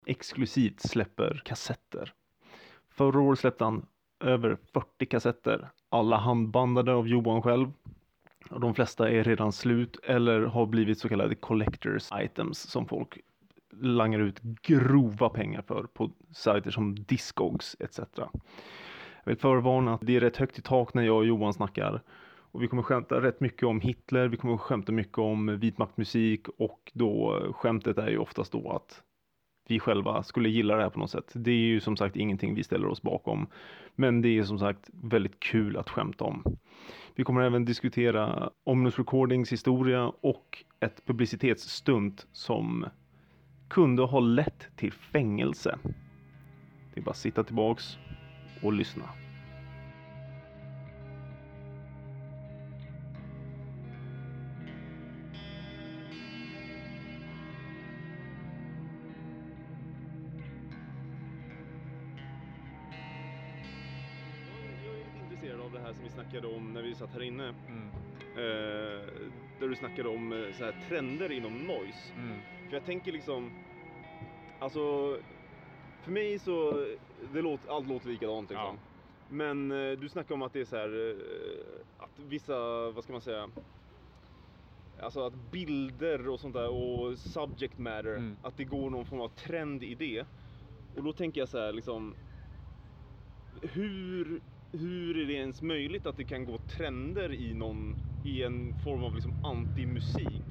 exklusivt släpper kassetter. Förra året släppte han över 40 kassetter, alla handbandade av Johan själv. Och de flesta är redan slut eller har blivit så kallade collectors items som folk langar ut grova pengar för på sajter som Discogs etc. Jag vill förvarna att det är rätt högt i tak när jag och Johan snackar. Och vi kommer skämta rätt mycket om Hitler, vi kommer skämta mycket om vitmaktmusik och då skämtet är ju oftast då att vi själva skulle gilla det här på något sätt. Det är ju som sagt ingenting vi ställer oss bakom. Men det är som sagt väldigt kul att skämta om. Vi kommer även diskutera Omnus Recordings historia och ett publicitetsstunt som kunde ha lett till fängelse. Det är bara att sitta tillbaks och lyssna. Av det här som vi snackade om när vi satt här inne. Där du snackade om så här trender inom noise. För jag tänker liksom, alltså för mig så allt låter likadant liksom. Ja. Men du snackar om att det är så här att vissa, vad ska man säga, alltså att bilder och sånt där och subject matter, att det går någon form av trend i det. Och då tänker jag så här liksom, hur är det ens möjligt att det kan gå trender i en form av liksom antimusik?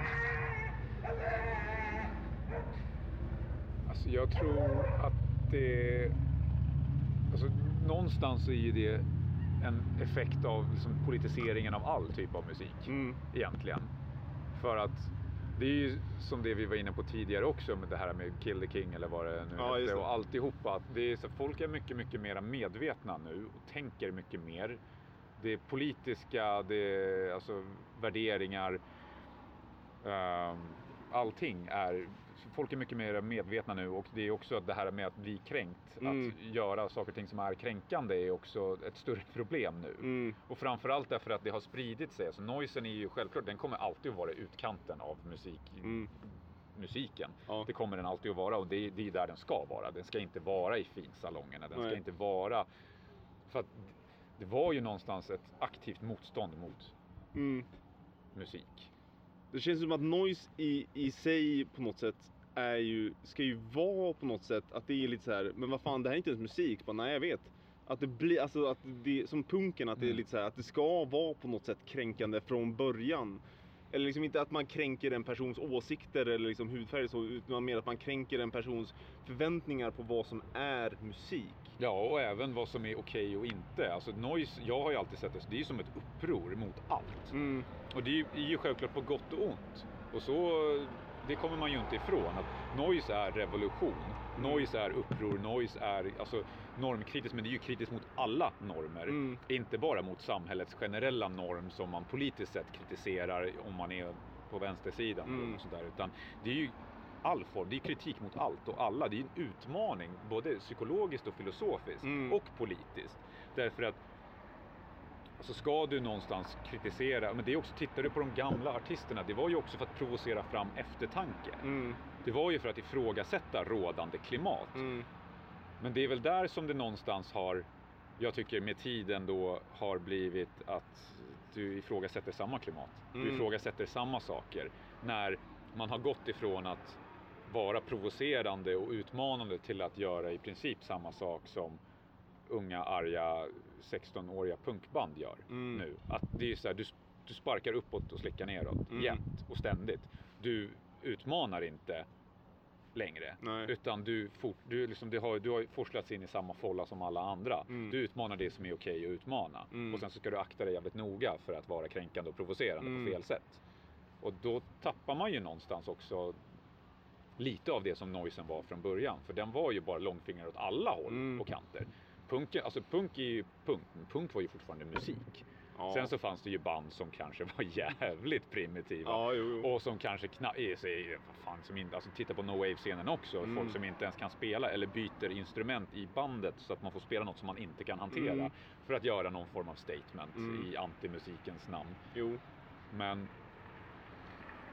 Alltså jag tror att det, alltså någonstans är ju det en effekt av liksom politiseringen av all typ av musik egentligen. För att det är ju som det vi var inne på tidigare också med det här med Kill the King eller vad det nu heter och alltihopa. Att det är så, folk är mycket, mycket mer medvetna nu och tänker mycket mer. Det är politiska, det är alltså värderingar, allting är, folk är mycket mer medvetna nu och det är också det här med att bli kränkt, att göra saker och ting som är kränkande är också ett större problem nu. Och framförallt därför att det har spridit sig, så noisen är ju självklart, den kommer alltid att vara utkanten av musiken. Ja. Det kommer den alltid att vara och det är där den ska vara. Den ska inte vara i finsalongerna, den ska inte vara, för att det var ju någonstans ett aktivt motstånd mot musik. Det känns som att noise i sig på något sätt ska ju vara på något sätt att det är lite så här, men vad fan, det här är inte ens musik. Bara, nej, jag vet. Att det blir, alltså att det som punken, att det är lite så här, att det ska vara på något sätt kränkande från början. Eller liksom inte att man kränker en persons åsikter eller liksom hudfärg så, utan mer att man kränker en persons förväntningar på vad som är musik. Ja, och även vad som är okej och inte. Alltså noise, jag har ju alltid sett det är som ett uppror mot allt. Och det är ju självklart på gott och ont. Och så, det kommer man ju inte ifrån. Att noise är revolution. Noise är uppror. Noise är alltså normkritiskt, men det är ju kritiskt mot alla normer. Inte bara mot samhällets generella norm som man politiskt sett kritiserar om man är på vänstersidan. Och sådär, utan det är ju all form, det är kritik mot allt och alla. Det är en utmaning, både psykologiskt och filosofiskt och politiskt. Därför att så ska du någonstans kritisera, men det är också, tittar du på de gamla artisterna, det var ju också för att provocera fram eftertanke. Det var ju för att ifrågasätta rådande klimat. Men det är väl där som det någonstans har, jag tycker med tiden då har blivit att du ifrågasätter samma klimat. Du ifrågasätter samma saker. När man har gått ifrån att vara provocerande och utmanande till att göra i princip samma sak som unga, arga 16-åriga punkband gör nu. Att det är så här, du sparkar uppåt och slickar neråt jämt och ständigt. Du utmanar inte längre. Nej. Utan du har forslats in i samma folla som alla andra. Du utmanar det som är okej att utmana. Och sen så ska du akta dig jävligt noga för att vara kränkande och provocerande på fel sätt. Och då tappar man ju någonstans också lite av det som noisen var från början. För den var ju bara långfingrar åt alla håll och kanter. Punk är ju punk, men punk var ju fortfarande musik. Ja. Sen så fanns det ju band som kanske var jävligt primitiva. Ja, och som kanske titta på No Wave-scenen också. Folk som inte ens kan spela eller byter instrument i bandet så att man får spela något som man inte kan hantera. För att göra någon form av statement i antimusikens namn. Jo. Men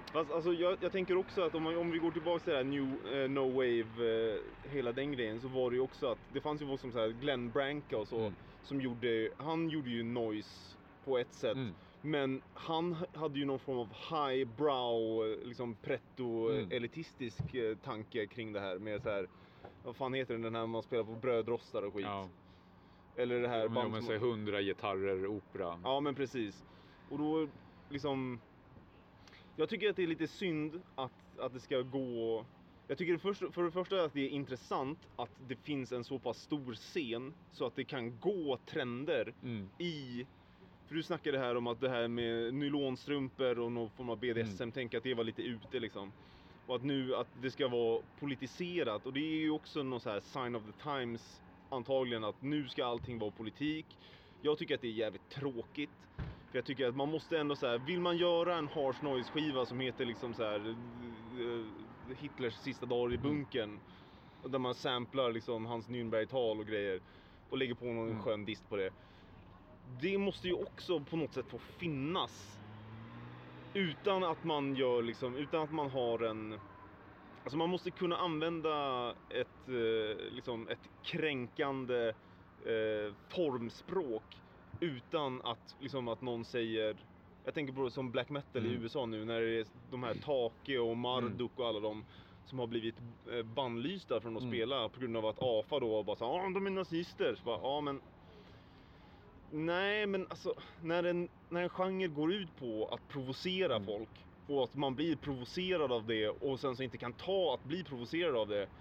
Fast alltså jag tänker också att om vi går tillbaka till det här No Wave, hela den grejen, så var det ju också att det fanns ju folk som så här Glenn Branca och så, som han gjorde ju noise på ett sätt, men han hade ju någon form av highbrow, liksom pretto-elitistisk tanke kring det här med så här, vad fan heter den här man spelar på brödrostar och skit. Ja. Eller det här band som... 100 gitarrer, opera. Ja, men precis. Och då liksom... Jag tycker att det är lite synd att det ska gå... Jag tycker för det första att det är intressant att det finns en så pass stor scen så att det kan gå trender i... För du snackade här om att det här med nylonstrumpor och någon form av BDSM, tänk att det var lite ute liksom. Och att nu att det ska vara politiserat, och det är ju också någon så här sign of the times antagligen, att nu ska allting vara politik. Jag tycker att det är jävligt tråkigt. För jag tycker att man måste ändå så här, vill man göra en harsh noise skiva som heter liksom så här Hitlers sista dagar i bunkern, där man samplar liksom hans Nürnberg-tal och grejer och lägger på någon skön dist på det. Det måste ju också på något sätt få finnas utan att man gör liksom, utan att man har en, alltså man måste kunna använda ett kränkande formspråk utan att liksom att någon säger, jag tänker på det som black metal i USA nu, när det är de här Take och Marduk och alla de som har blivit bannlysta från att spela på grund av att AFA då bara sa de är nazister. Så bara, men nej, men alltså när en genre går ut på att provocera folk och att man blir provocerad av det och sen så inte kan ta att bli provocerad av det,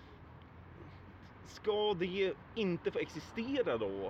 ska det inte få existera då?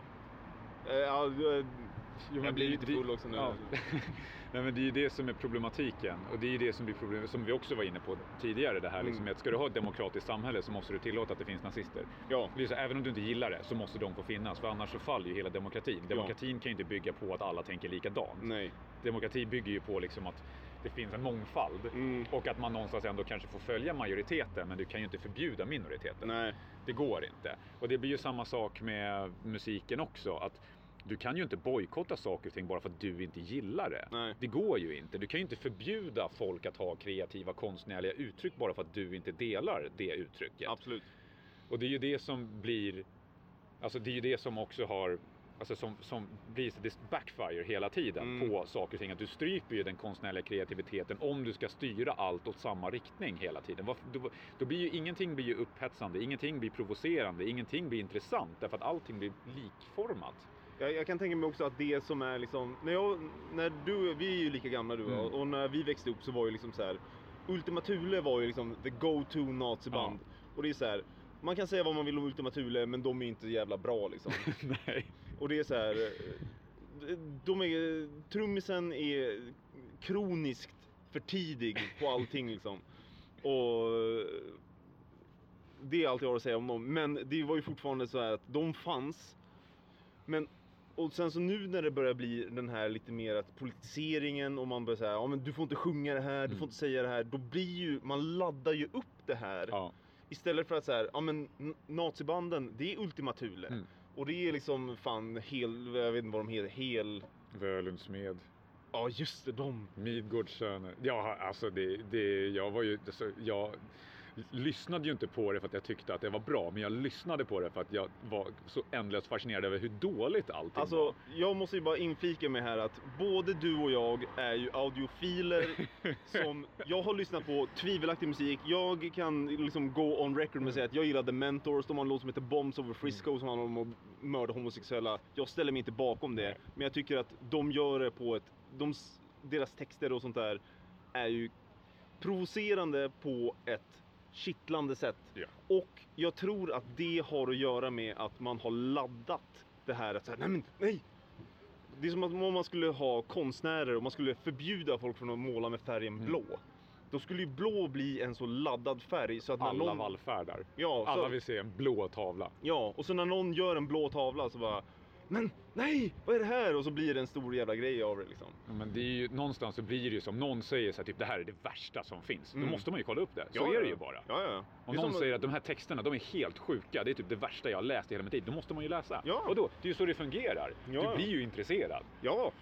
Jag blir lite full också nu. Ja. Nej, men det är ju det som är problematiken, och det är ju det som blir problemet, som vi också var inne på tidigare, det här liksom, att ska du ha ett demokratiskt samhälle så måste du tillåta att det finns nazister. Ja. Det är så, även om du inte gillar det så måste de få finnas, för annars så faller ju hela demokratin. Demokratin kan ju inte bygga på att alla tänker likadant. Nej. Demokrati bygger ju på liksom att det finns en mångfald och att man någonstans ändå kanske får följa majoriteten, men du kan ju inte förbjuda minoriteten. Nej. Det går inte. Och det blir ju samma sak med musiken också, att du kan ju inte bojkotta saker och ting bara för att du inte gillar det. Nej. Det går ju inte. Du kan ju inte förbjuda folk att ha kreativa konstnärliga uttryck bara för att du inte delar det uttrycket. Absolut. Och det är ju det som blir, alltså det är ju det som också har, alltså som blir det backfire hela tiden på saker och ting. Att du stryper ju den konstnärliga kreativiteten om du ska styra allt åt samma riktning hela tiden. Då blir ju ingenting blir ju upphetsande, ingenting blir provocerande, ingenting blir intressant, därför att allting blir likformat. Jag kan tänka mig också att det som är liksom, vi är ju lika gamla du och när vi växte upp så var ju liksom så här, Ultima Thule var ju liksom the go-to naziband. Ja. Och det är så här, man kan säga vad man vill om Ultima Thule, men de är inte jävla bra liksom. Nej. Och det är så här, trummisen är kroniskt för tidig på allting liksom. Och det är allt jag har att säga om dem. Men det var ju fortfarande så här att de fanns. Men, och sen så nu när det börjar bli den här lite mer att politiseringen och man börjar säga, ja men du får inte sjunga det här, du får inte säga det här. Då blir ju, man laddar ju upp det här. Ja. Istället för att säga, ja men nazibanden, det är Ultima Thule. Och det är liksom fan jag vet inte vad de heter, Völundsmed. Ja just det, de. Midgårdssöner. Ja, alltså jag var ju, alltså, jag lyssnade ju inte på det för att jag tyckte att det var bra, men jag lyssnade på det för att jag var så ändlöst fascinerad över hur dåligt allting var. Jag måste ju bara inflika med här att både du och jag är ju audiofiler som, jag har lyssnat på tvivelaktig musik. Jag kan liksom gå on record med att säga att jag gillar The Mentors, de har en låt som heter Bombs Over Frisco som handlar om att mörda homosexuella. Jag ställer mig inte bakom det, men jag tycker att de gör det på deras texter och sånt där är ju provocerande på ett kittlande sätt. Ja. Och jag tror att det har att göra med att man har laddat det här att säga, nej. Det är som att om man skulle ha konstnärer och man skulle förbjuda folk från att måla med färgen blå. Då skulle ju blå bli en så laddad färg så att när alla vallfärdar. Ja, alla vill se en blå tavla. Ja, och så när någon gör en blå tavla så bara, men nej, vad är det här? Och så blir det en stor jävla grej av det liksom. Ja, men det är ju, någonstans så blir det ju som någon säger så här, typ det här är det värsta som finns. Då måste man ju kolla upp det. Så är det ju bara. Ja. Om någon säger att de här texterna, de är helt sjuka, det är typ det värsta jag har läst i hela mitt liv, då måste man ju läsa. Ja. Och då, det är ju så det fungerar. Du blir ju intresserad. Ja.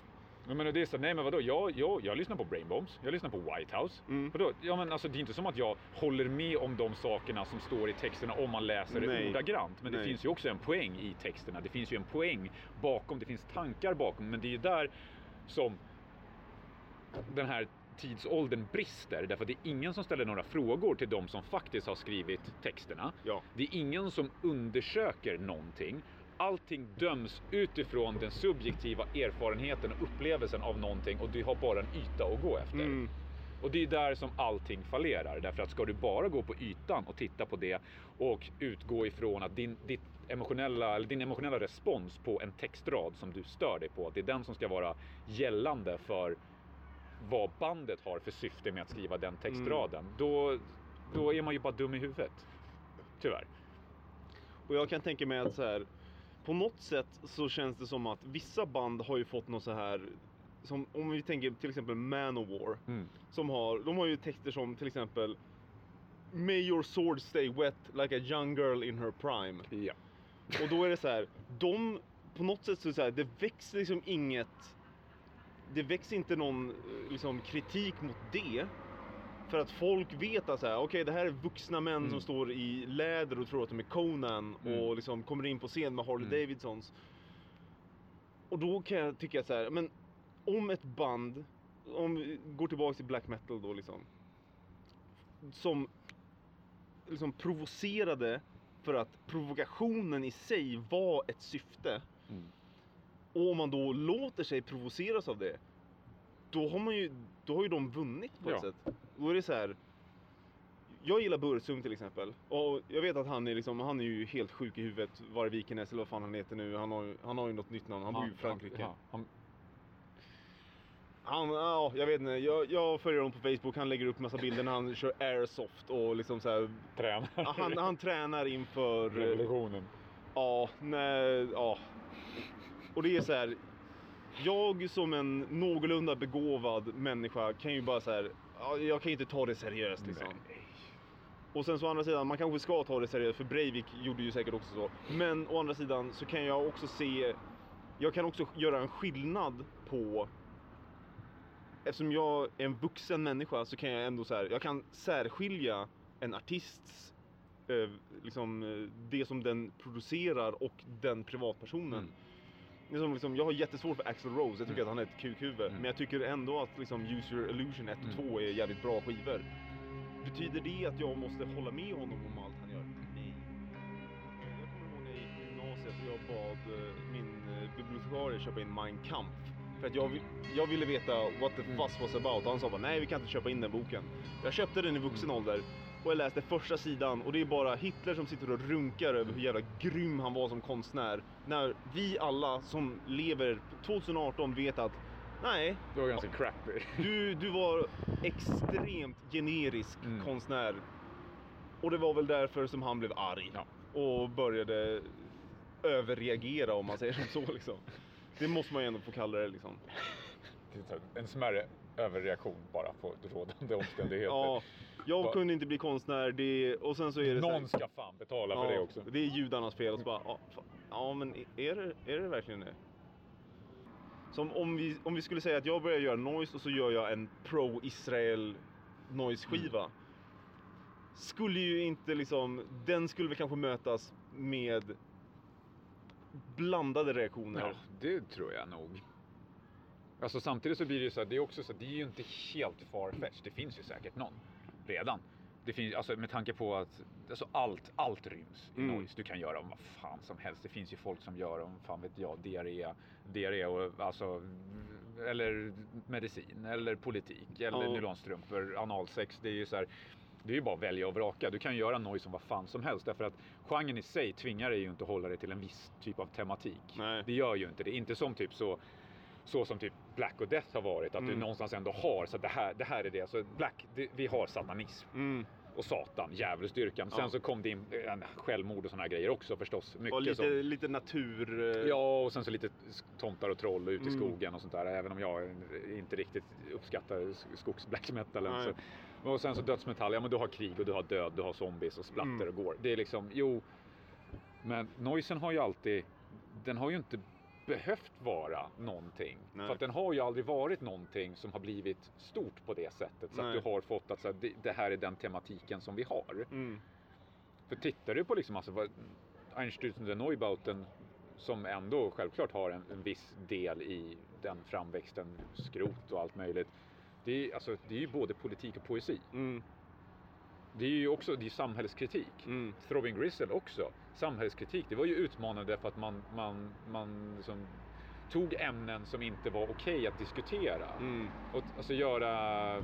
Men det är så, nej men vadå, jag lyssnar på Brainbombs, jag lyssnar på White House. Vadå? Ja men alltså det är inte som att jag håller med om de sakerna som står i texterna om man läser det ordagrant. Men det finns ju också en poäng i texterna, det finns ju en poäng bakom, det finns tankar bakom. Men det är ju där som den här tidsåldern brister, därför att det är ingen som ställer några frågor till de som faktiskt har skrivit texterna. Ja. Det är ingen som undersöker någonting. Allting döms utifrån den subjektiva erfarenheten och upplevelsen av någonting, och du har bara en yta att gå efter. Och det är där som allting fallerar, därför att ska du bara gå på ytan och titta på det och utgå ifrån att din emotionella respons på en textrad som du stör dig på, det är den som ska vara gällande för vad bandet har för syfte med att skriva den textraden, då är man ju bara dum i huvudet. Tyvärr. Och jag kan tänka mig att så här, på något sätt så känns det som att vissa band har ju fått något så här, som om vi tänker till exempel Manowar, de har ju texter som till exempel May your sword stay wet like a young girl in her prime. Ja. Och då är det så här, på något sätt så här, det växer liksom det växer inte någon liksom kritik mot det. För att folk vet att okej, det här är vuxna män som står i läder och tror att de är Conan och liksom kommer in på scen med Harley Davidsons. Och då kan jag tycka så här, men om ett band, om vi går tillbaka till black metal då liksom, som liksom provocerade för att provokationen i sig var ett syfte. Och om man då låter sig provoceras av det, då har ju de vunnit på ett sätt. Då är det så här. Jag gillar Bursum till exempel. Och jag vet att han är ju helt sjuk i huvudet. Var Vikenäs eller vad fan han heter nu. Han har ju något nytt namn. Han bor ju i Frankrike. Jag vet inte. Jag följer honom på Facebook. Han lägger upp massa bilder när han kör airsoft och liksom så här, tränar. Han tränar inför revolutionen. Och det är så här. Jag som en någorlunda begåvad människa kan ju bara så här, jag kan ju inte ta det seriöst liksom. Och sen så å andra sidan, man kanske ska ta det seriöst, för Breivik gjorde ju säkert också så. Men å andra sidan så kan jag också jag kan också göra en skillnad på, eftersom jag är en vuxen människa så kan jag ändå så här, jag kan särskilja en artists liksom det som den producerar och den privatpersonen. Liksom, jag har jättesvårt för Axl Rose. Jag tycker att han är ett kukhuvud. Men jag tycker ändå att liksom, Use Your Illusion 1 och 2 är jävligt bra skivor. Betyder det att jag måste hålla med honom om allt han gör? Nej. Jag kommer ihåg när jag gick i gymnasiet och jag bad min bibliotekarie köpa in Mein Kampf. För att jag ville veta what the fuss was about. Och han sa bara, nej vi kan inte köpa in den boken. Jag köpte den i vuxen ålder. Och jag läste första sidan och det är bara Hitler som sitter och runkar över hur jävla grym han var som konstnär. När vi alla som lever 2018 vet att nej, det var ganska crappy. Du var extremt generisk konstnär. Och det var väl därför som han blev arg. Och började överreagera, om man säger som så liksom. Det måste man ju ändå få kalla det liksom. En smärre överreaktion bara på rådande omständigheter. Ja, jag kunde inte bli konstnär, och sen så är det någon ska fan betala för det också. Det är judarnas fel, och så bara, men är det verkligen det? Som om vi skulle säga att jag börjar göra noise och så gör jag en pro-Israel noise-skiva. Skulle ju inte liksom, den skulle väl kanske mötas med blandade reaktioner. Ja, det tror jag nog. Alltså samtidigt så blir det ju så att det är också så att det är ju inte helt farfetched. Det finns ju säkert någon redan. Det finns, alltså med tanke på att alltså allt ryms i noise. Du kan göra om vad fan som helst. Det finns ju folk som gör om fan vet jag, diarré och alltså, eller medicin eller politik eller nylonstrumpor, analsex. Det är ju så här, det är ju bara att välja och vraka. Du kan göra noise om vad fan som helst, därför att genren i sig tvingar dig ju inte att hålla dig till en viss typ av tematik. Nej. Det gör ju inte det. Inte som typ så som typ Black och Death har varit, att du någonstans ändå har så att det här är det. Så Black, vi har satanism och satan, djävulsdyrkan. Sen så kom det in en självmord och såna här grejer också förstås. Mycket och lite natur. Ja, och sen så lite tomtar och troll ut i skogen och sånt där. Även om jag inte riktigt uppskattar skogsblack metal. Och sen så dödsmetall, ja men du har krig och du har död, du har zombies och splatter och går. Det är liksom, men noisen har ju alltid, den har ju inte behövt vara någonting. Nej. För att den har ju aldrig varit någonting som har blivit stort på det sättet. Så Nej. att du har fått att så här, det här är den tematiken som vi har. Mm. För tittar du på liksom, alltså, Einstürzende Neubauten, som ändå självklart har en viss del i den framväxten, skrot och allt möjligt. Det är ju både politik och poesi. Mm. Det är ju också samhällskritik. Mm. Throbbing Gristle också. Samhällskritik, det var ju utmanande för att man liksom tog ämnen som inte var okej att diskutera. Mm. Och alltså göra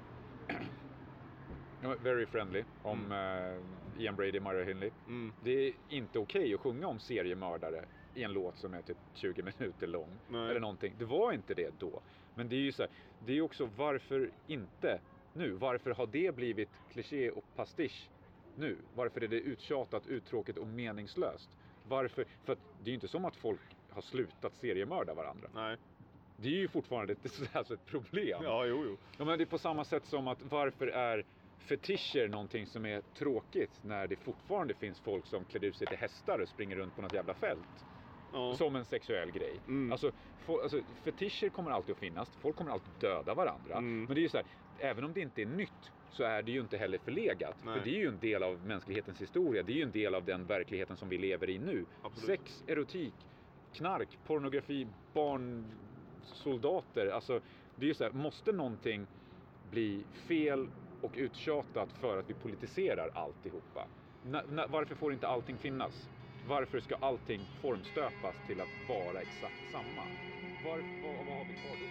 Very Friendly om Ian Brady, Myra Hindley. Mm. Det är inte okej att sjunga om seriemördare i en låt som är typ 20 minuter lång. Nej. Eller någonting. Det var inte det då. Men det är ju så här, det är också varför inte nu? Varför har det blivit kliché och pastisch nu? Varför är det uttjatat, uttråkigt och meningslöst? Varför? För att det är ju inte som att folk har slutat seriemörda varandra. Nej. Det är ju fortfarande ett problem. Ja, jo. Ja, men det är på samma sätt som att varför är fetischer någonting som är tråkigt när det fortfarande finns folk som klär ut sig till hästar och springer runt på något jävla fält. Ja. Som en sexuell grej. Mm. Alltså fetischer kommer alltid att finnas. Folk kommer alltid döda varandra. Mm. Men det är ju så här, även om det inte är nytt så är det ju inte heller förlegat. Nej. För det är ju en del av mänsklighetens historia. Det är ju en del av den verkligheten som vi lever i nu. Absolut. Sex, erotik, knark, pornografi, barnsoldater. Alltså det är ju så här, måste någonting bli fel och uttjatat för att vi politiserar alltihopa? Varför får inte allting finnas? Varför ska allting formstöpas till att vara exakt samma? Vad har vi kvar då?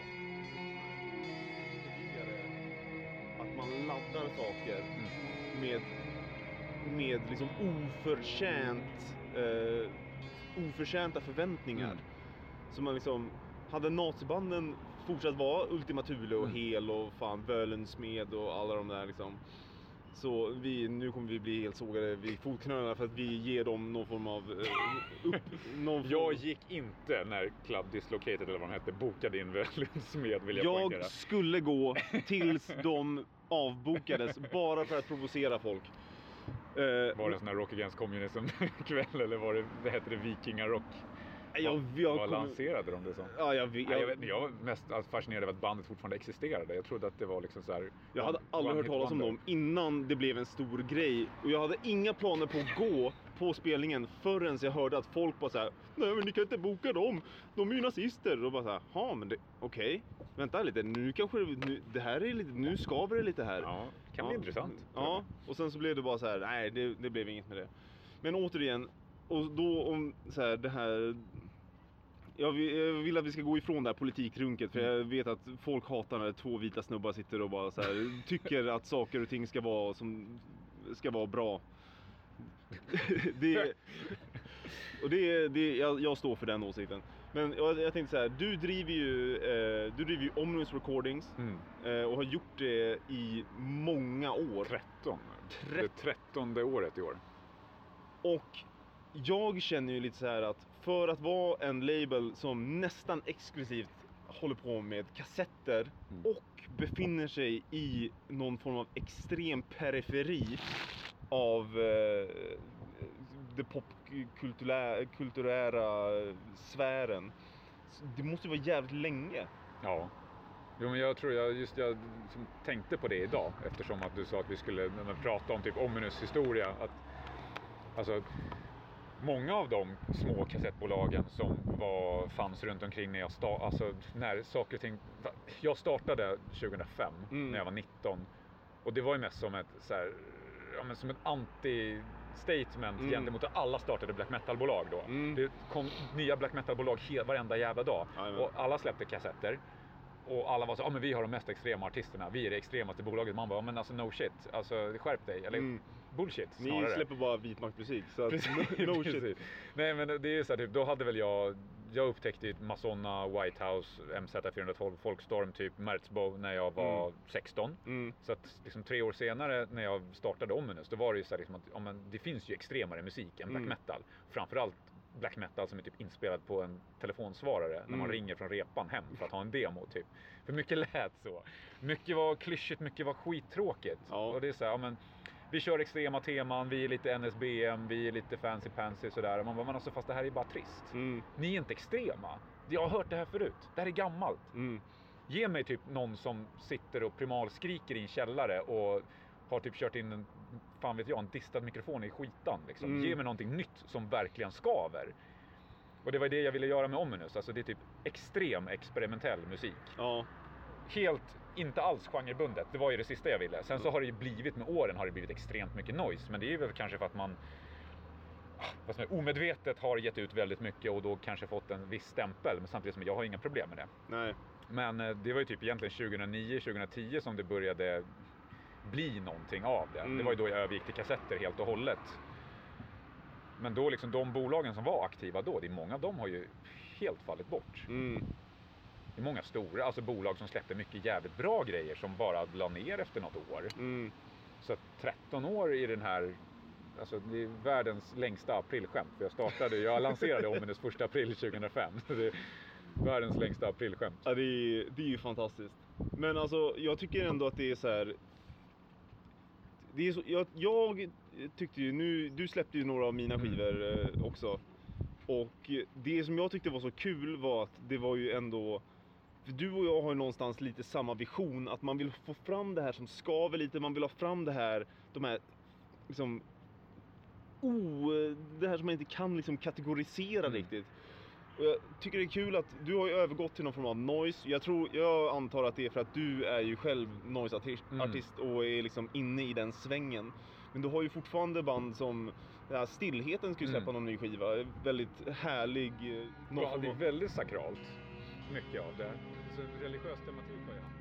Att man laddar saker med liksom oförtjänta förväntningar. Mm. Så man liksom, hade nazibanden fortsatt vara Ultima Thule och Hel och fan Völensmed och alla de där liksom. Så nu kommer vi bli helt sågade vid fotknölarna för att vi ger dem någon form av Jag gick inte när Club Dislocated eller vad de hette bokade in Völensmed, vill jag poängtera. Jag skulle gå tills de avbokades bara för att provocera folk. Var det en sån här Rock Against Communism kväll eller var det hette det Vikingarock? Vad lanserade de det som? Ja, jag var mest fascinerad av att bandet fortfarande existerade. Jag trodde att det var liksom så här. Jag hade aldrig hört talas om dem innan det blev en stor grej. Och jag hade inga planer på att gå på spelningen förrän jag hörde att folk bara så här: nej men ni kan inte boka dem, de är ju nazister. Och bara så här, ja men okej. Vänta lite, det här är lite, nu skaver det lite här. Ja, kan bli intressant. Ja, och sen så blev det bara så här, nej det blev inget med det. Men återigen, och då om så här, det här, jag vill att vi ska gå ifrån det här politikrunket, för jag vet att folk hatar när två vita snubbar sitter och bara så här, tycker att saker och ting ska vara bra. Jag står för den åsikten. Men jag tänkte så här, du driver ju Omnus Recordings och har gjort det i många år. 13. Det 13:e året i år. Och jag känner ju lite så här att för att vara en label som nästan exklusivt håller på med kassetter och befinner sig i någon form av extrem periferi av det popkulturära sfären. Det måste ju vara jävligt länge. Ja. Jo, men jag tror jag tänkte på det idag, eftersom att du sa att vi skulle prata om typ Ominous historia, att alltså många av de små kassettbolagen som fanns runt omkring när när saker och ting. Jag startade 2005 när jag var 19 och det var ju mest som ett så här, som ett anti-statement gentemot att alla startade black metal-bolag då. Det kom nya black metal-bolag varenda jävla dag. Och alla släppte kassetter. Och alla var så, men vi har de mest extrema artisterna. Vi är det extremaste bolaget. Man bara, men alltså no shit. Alltså skärp dig. Eller bullshit snarare. Ni släpper bara vitmaktmusik. Så att no shit. Nej, men det är så här, typ, då hade väl jag upptäckte Masonna, Whitehouse, MZ412, Folkstorm, typ Merzbow när jag var 16. Så att liksom 3 år senare när jag startade Ominous, då var det ju så här, liksom att det finns ju extremare musik än black metal. Framförallt black metal som är typ inspelad på en telefonsvarare när man ringer från repan hem för att ha en demo typ. För mycket lät så. Mycket var klyschigt, mycket var skittråkigt. Ja. Och det är så här, vi kör extrema teman, vi är lite NSBM, vi är lite fancy pansy sådär. Och man bara, men alltså fast det här är bara trist. Ni är inte extrema. Jag har hört det här förut. Det här är gammalt. Ge mig typ någon som sitter och primalskriker i en källare och har typ kört in en distad mikrofon i skitan liksom. Ge mig någonting nytt som verkligen skaver. Och det var det jag ville göra med Ominous. Alltså det är typ extrem experimentell musik. Ja. Helt, inte alls genrebundet. Det var ju det sista jag ville. Sen så har det ju blivit, med åren har det blivit extremt mycket noise. Men det är väl kanske för att man omedvetet har gett ut väldigt mycket och då kanske fått en viss stämpel. Men samtidigt som jag har inga problem med det. Nej. Men det var ju typ egentligen 2009-2010 som det började bli någonting av det. Det var ju då jag övergick till kassetter helt och hållet. Men då liksom de bolagen som var aktiva då, det är många av dem har ju helt fallit bort. Det är många stora, alltså bolag som släppte mycket jävligt bra grejer som bara la ner efter något år. Så 13 år i den här, alltså det är världens längsta aprilskämt. För jag lanserade Ominous 1 april 2005. Det är världens längsta aprilskämt. Ja, det är ju fantastiskt. Men alltså, jag tycker ändå att det är så här. Det är så, jag tyckte ju nu, du släppte ju några av mina skivor också. Och det som jag tyckte var så kul var att det var ju ändå, för du och jag har ju någonstans lite samma vision, att man vill få fram det här som skaver lite, man vill ha fram det här, de här liksom, det här som man inte kan liksom kategorisera riktigt. Och jag tycker det är kul att du har ju övergått till någon form av noise. Jag antar att det är för att du är ju själv noise-artist och är liksom inne i den svängen. Men du har ju fortfarande band som Stillheten skulle släppa någon ny skiva. Väldigt härlig. Ja, det är väldigt sakralt. Mycket av det. Så religiös tematik har jag.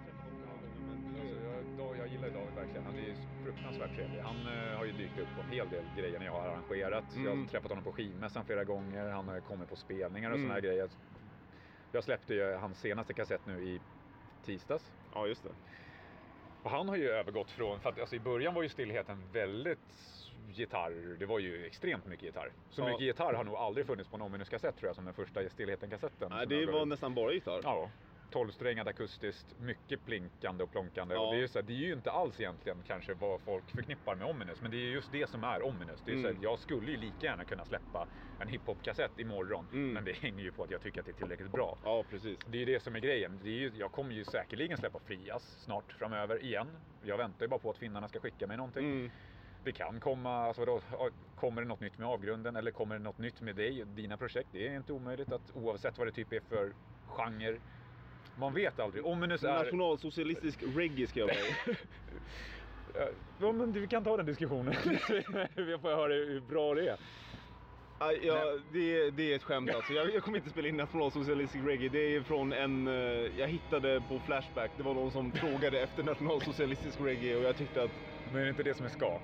Jag gillar David verkligen. Han är fruktansvärt trevlig. Han har ju dykt upp på en hel del grejer när jag har arrangerat. Jag har träffat honom på skivmässan flera gånger. Han har kommit på spelningar och såna här grejer. Jag släppte ju hans senaste kassett nu i tisdags. Ja, just det. Och han har ju övergått från, för att alltså, i början var ju Stillheten väldigt gitarr. Det var ju extremt mycket gitarr. Så mycket gitarr har nog aldrig funnits på en Ominous-kassett tror jag, som den första Stillheten-kassetten. Nej, det var nästan bara gitarr. Ja. 12-strängad akustiskt, mycket plinkande och plonkande. Och det är ju inte alls egentligen kanske vad folk förknippar med Ominous, men det är just det som är Ominous. Det är så att jag skulle ju lika gärna kunna släppa en hiphop-kassett imorgon, men det hänger ju på att jag tycker att det är tillräckligt bra. Ja, precis. Det är ju det som är grejen. Jag kommer ju säkerligen släppa Frias snart framöver igen. Jag väntar ju bara på att finnarna ska skicka mig någonting. Det kan komma, alltså kommer det något nytt med Avgrunden eller kommer det något nytt med dig, dina projekt? Det är inte omöjligt att oavsett vad det typ är för genre. Man vet aldrig. Ominous är nationalsocialistisk reggae ska jag säga. Ja, men vi kan ta den diskussionen. Vi får höra hur bra det är. Ja, det är ett skämt alltså. Jag kommer inte spela in nationalsocialistisk reggae. Det är från en jag hittade på Flashback. Det var någon som frågade efter nationalsocialistisk reggae och jag tyckte att... Men är det inte det som är ska?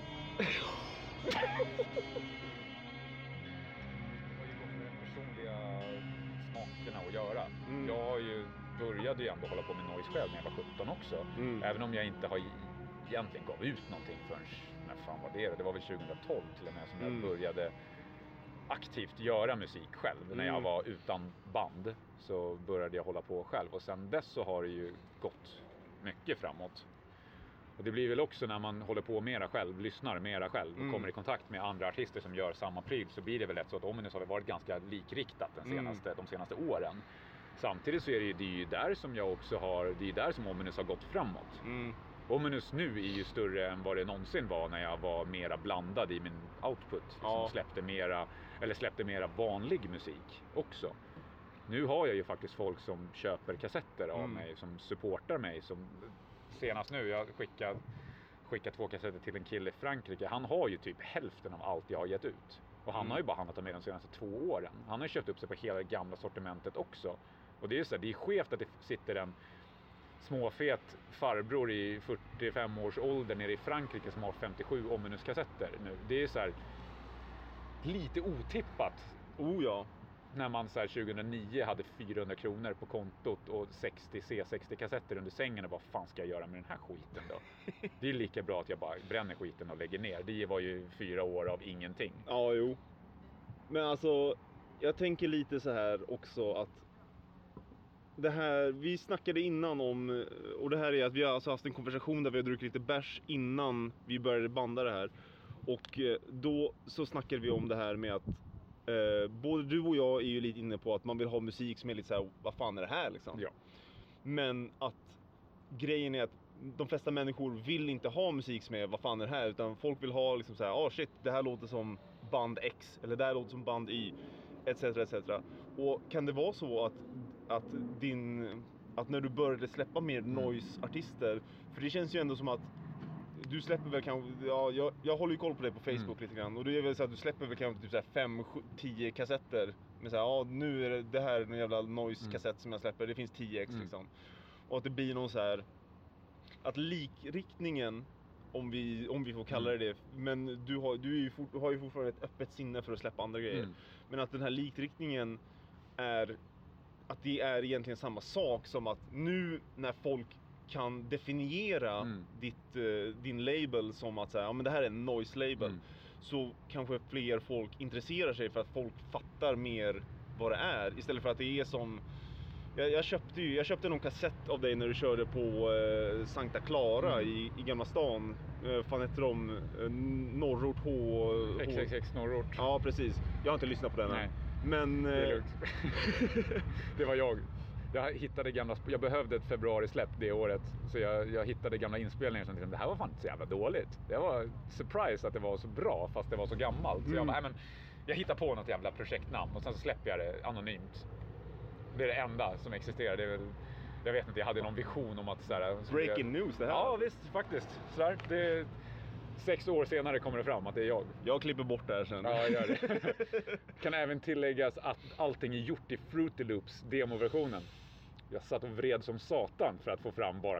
Smakerna att göra. Jag har ju började ju ändå hålla på med noise själv när jag var 17 också. Även om jag inte har egentligen gav ut någonting förrän, när fan var det? Det var väl 2012 till och med som jag började aktivt göra musik själv. När jag var utan band så började jag hålla på själv och sen dess så har det ju gått mycket framåt. Och det blir väl också när man håller på mera själv, lyssnar mera själv och kommer i kontakt med andra artister som gör samma pryl, så blir det väl lätt så att Ominous har varit ganska likriktat de senaste åren. Samtidigt så är det ju där som jag också har, det är där som Ominous har gått framåt. Ominous nu är ju större än vad det någonsin var när jag var mera blandad i min output. Som släppte mera vanlig musik också. Nu har jag ju faktiskt folk som köper kassetter av mig, som supportar mig, som senast nu, jag skickade 2 kassetter till en kille i Frankrike. Han har ju typ hälften av allt jag har gett ut. Och han har ju bara handlat om mig de senaste 2 åren. Han har ju köpt upp sig på hela det gamla sortimentet också. Och det är så här, det är skevt att det sitter en småfet farbror i 45 års ålder nere i Frankrike som har 57 Ominous-kassetter nu. Det är så här lite otippat. Oh ja. När man så här 2009 hade 400 kronor på kontot och 60 C60-kassetter under sängen och vad fan ska jag göra med den här skiten då? Det är lika bra att jag bara bränner skiten och lägger ner. Det var ju 4 år av ingenting. Ja, jo. Men alltså, jag tänker lite så här också att det här, vi snackade innan om, och det här är att vi har alltså haft en konversation där vi har druckit lite bärs innan vi började banda det här. Och då så snackade vi om det här med att både du och jag är ju lite inne på att man vill ha musik som är lite så här: vad fan är det här liksom? Ja. Men att grejen är att de flesta människor vill inte ha musik som är vad fan är det här, utan folk vill ha liksom så här: shit, det här låter som band X, eller det här låter som band Y, etc, etc. Och kan det vara så att när du började släppa mer noise-artister, för det känns ju ändå som att du släpper väl kanske, jag håller ju koll på dig på Facebook lite grann, och det är väl så att du släpper väl kanske typ så här 5-10 kassetter med så här: nu är det här en jävla noise-kassett som jag släpper, det finns 10x liksom. Och att det blir någon så här, att likriktningen, om vi får kalla det, men du har ju fortfarande ett öppet sinne för att släppa andra grejer. Men att den här likriktningen är att det är egentligen samma sak som att nu när folk kan definiera din label som att säga: ja men det här är en noise label, så kanske fler folk intresserar sig för att folk fattar mer vad det är, istället för att det är som jag köpte någon kassett av dig när du körde på Sankta Clara i Gamla stan. Fan heter de? Norrort XXX Norrort. Ja, precis. Jag har inte lyssnat på den. Nej. Men det är lugnt. Det var jag. Jag behövde ett februari-släpp det året, så jag hittade gamla inspelningar som det här var fan inte så jävla dåligt. Det var surprise att det var så bra fast det var så gammalt. Så jag bara, jag hittar på något jävla projektnamn och sen så släpper jag det anonymt. Det är det enda som existerar. Det är väl, jag vet inte, jag hade någon vision om att sådär, breaking news det här. Ja visst, faktiskt. Sådär, det är 6 år senare kommer det fram att det är jag. Jag klipper bort det här sen. Ja, gör det. Kan även tilläggas att allting är gjort i Fruity Loops demoversionen. Jag satt och vred som satan för att få fram bara.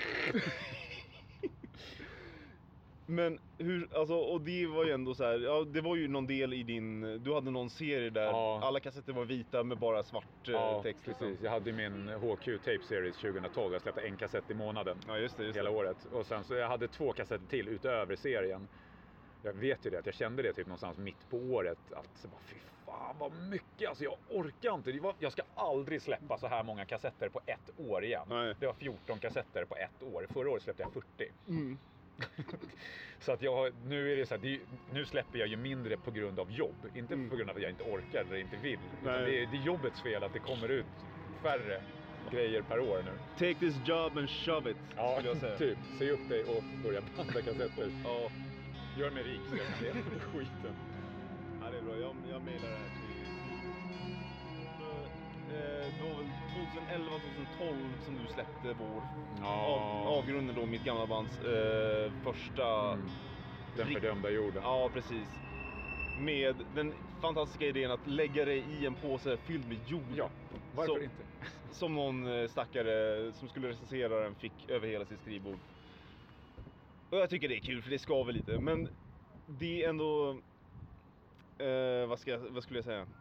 Men hur, alltså, och det var ju ändå så här, ja, det var ju någon del i du hade någon serie där alla kassetter var vita med bara svart text. Precis. Liksom. Jag hade min HQ Tape Series 2012, jag släppte en kassett i månaden. Ja, just det. Hela året. Och sen så jag hade 2 kassetter till utöver serien. Jag vet ju det, att jag kände det typ någonstans mitt på året, att så bara, fy fan vad mycket, alltså jag orkar inte, jag ska aldrig släppa så här många kassetter på ett år igen. Nej. Det var 14 kassetter på ett år, förra året släppte jag 40. Så att nu är det så här, nu släpper jag ju mindre på grund av jobb, inte på grund av att jag inte orkar eller inte vill, utan det är jobbets fel att det kommer ut färre grejer per år nu. Take this job and shove it, skulle jag säga. Typ, se upp dig och börja banda kassetter. Ja. Gör mig rik så jag kan leva på skiten. Ja, det är bra. Jag mailar det här till... Det var väl 2011-2012 som du släppte vår avgrunden då, mitt gamla bands första... Den fördömda jorden. Ja, precis. Med den fantastiska idén att lägga det i en påse fylld med jord. Ja, varför inte? Som någon stackare som skulle recensera den fick över hela sitt skrivbord. Och jag tycker det är kul för det skaver lite, men det är ändå vad skulle jag säga?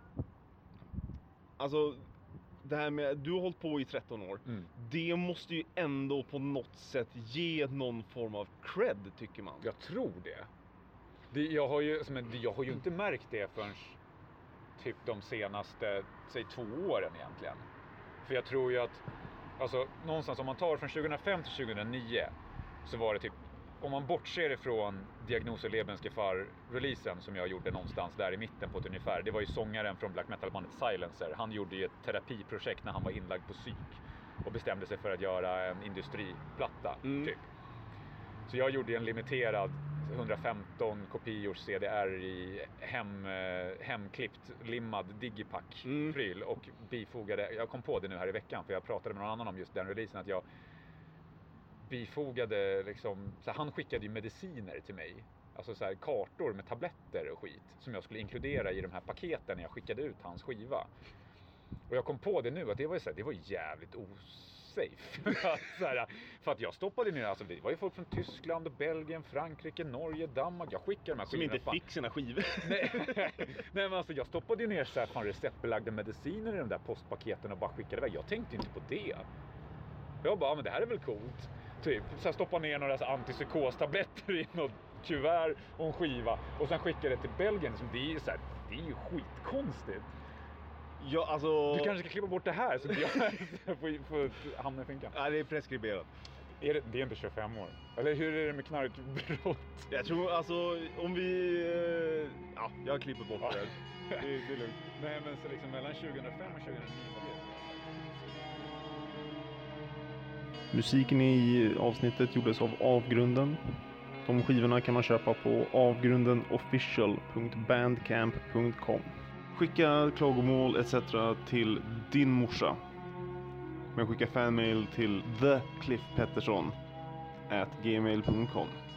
Alltså det här med du har hållit på i 13 år. Det måste ju ändå på något sätt ge någon form av cred, tycker man. Jag tror det. Jag har ju inte märkt det förrän typ de senaste 2 åren egentligen. För jag tror ju att alltså någonstans om man tar från 2005 till 2009 så var det typ, om man bortser ifrån Diagnose Lebensgefahr-releasen som jag gjorde någonstans där i mitten på ett ungefär. Det var ju sångaren från black metal-bandet Silencer. Han gjorde ju ett terapiprojekt när han var inlagd på psyk och bestämde sig för att göra en industriplatta typ. Så jag gjorde en limiterad 115 kopiors CDR i hemklippt limmad digipack-pryl och bifogade, jag kom på det nu här i veckan för jag pratade med någon annan om just den releasen, att jag bifogade liksom, så han skickade ju mediciner till mig, alltså så här kartor med tabletter och skit som jag skulle inkludera i de här paketen när jag skickade ut hans skiva. Och jag kom på det nu att det var jävligt osafe. För att jag stoppade ner, alltså det var ju folk från Tyskland och Belgien, Frankrike, Norge, Danmark. Jag skickade de här som inte fick sina skivor. Nej men alltså jag stoppade ju ner så här fan receptbelagda mediciner i de där postpaketen och bara skickade iväg. Jag tänkte inte på det. Jag bara, men det här är väl coolt. Typ, så här stoppa ner några antipsykostabletter i något kuvert och en skiva och sen skickade det till Belgien. Det är ju skitkonstigt. Ja, alltså... Du kanske ska klippa bort det här så att jag får hamna i finkan. Nej, det är preskriberat. Det är inte 25 år. Eller hur är det med knarkbrott? Jag tror alltså om vi... Ja, jag klipper bort det. Det är lugnt. Nej, men så liksom mellan 2005 och 2009. Musiken i avsnittet gjordes av Avgrunden. De skivorna kan man köpa på avgrundenofficial.bandcamp.com. Skicka klagomål etc. till din morsa. Men skicka fanmail till thecliffpettersson@gmail.com.